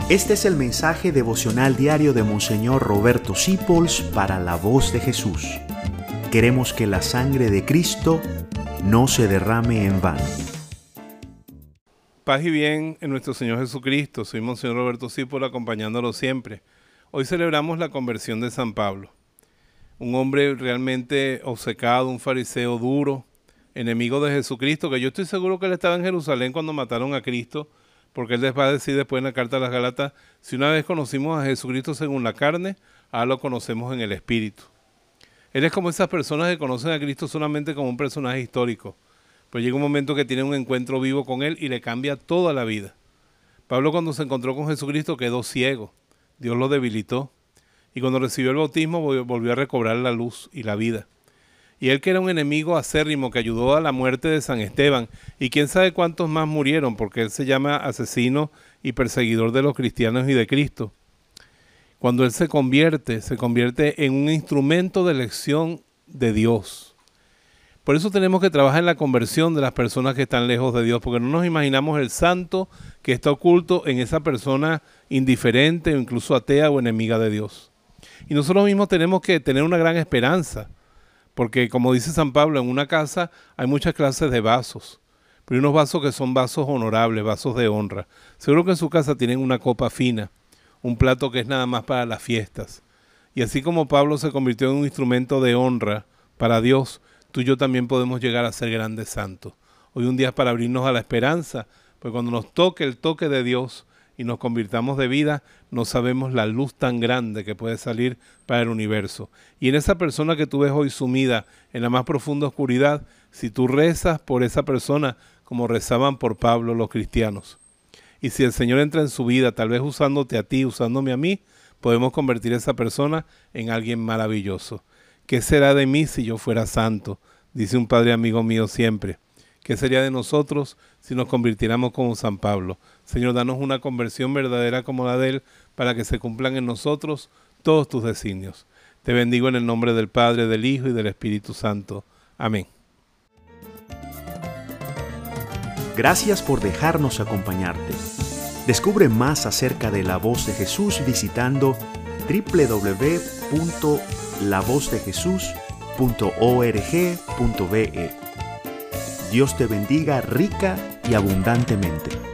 Este es el mensaje devocional diario de Monseñor Roberto Sipols para la Voz de Jesús. Queremos que la sangre de Cristo no se derrame en vano. Paz y bien en nuestro Señor Jesucristo. Soy Monseñor Roberto Sipols, acompañándolo siempre. Hoy celebramos la conversión de San Pablo, un hombre realmente obcecado, un fariseo duro, enemigo de Jesucristo, que yo estoy seguro que él estaba en Jerusalén cuando mataron a Cristo, porque él les va a decir después en la carta a las Gálatas: si una vez conocimos a Jesucristo según la carne, ahora lo conocemos en el Espíritu. Él es como esas personas que conocen a Cristo solamente como un personaje histórico, pero llega un momento que tiene un encuentro vivo con él y le cambia toda la vida. Pablo, cuando se encontró con Jesucristo, quedó ciego, Dios lo debilitó, y cuando recibió el bautismo volvió a recobrar la luz y la vida. Y él, que era un enemigo acérrimo que ayudó a la muerte de San Esteban, y quién sabe cuántos más murieron, porque él se llama asesino y perseguidor de los cristianos y de Cristo. Cuando él se convierte en un instrumento de elección de Dios. Por eso tenemos que trabajar en la conversión de las personas que están lejos de Dios, porque no nos imaginamos el santo que está oculto en esa persona indiferente o incluso atea o enemiga de Dios. Y nosotros mismos tenemos que tener una gran esperanza, porque como dice San Pablo, en una casa hay muchas clases de vasos, pero hay unos vasos que son vasos honorables, vasos de honra. Seguro que en su casa tienen una copa fina, un plato que es nada más para las fiestas. Y así como Pablo se convirtió en un instrumento de honra para Dios, tú y yo también podemos llegar a ser grandes santos. Hoy un día es para abrirnos a la esperanza, porque cuando nos toque el toque de Dios y nos convirtamos de vida, no sabemos la luz tan grande que puede salir para el universo. Y en esa persona que tú ves hoy sumida en la más profunda oscuridad, si tú rezas por esa persona como rezaban por Pablo los cristianos, y si el Señor entra en su vida, tal vez usándote a ti, usándome a mí, podemos convertir a esa persona en alguien maravilloso. ¿Qué será de mí si yo fuera santo?, dice un padre amigo mío siempre. ¿Qué sería de nosotros si nos convirtiéramos como San Pablo? Señor, danos una conversión verdadera como la de él, para que se cumplan en nosotros todos tus designios. Te bendigo en el nombre del Padre, del Hijo y del Espíritu Santo. Amén. Gracias por dejarnos acompañarte. Descubre más acerca de la Voz de Jesús visitando www.lavozdejesús.org.be. Dios te bendiga rica y abundantemente.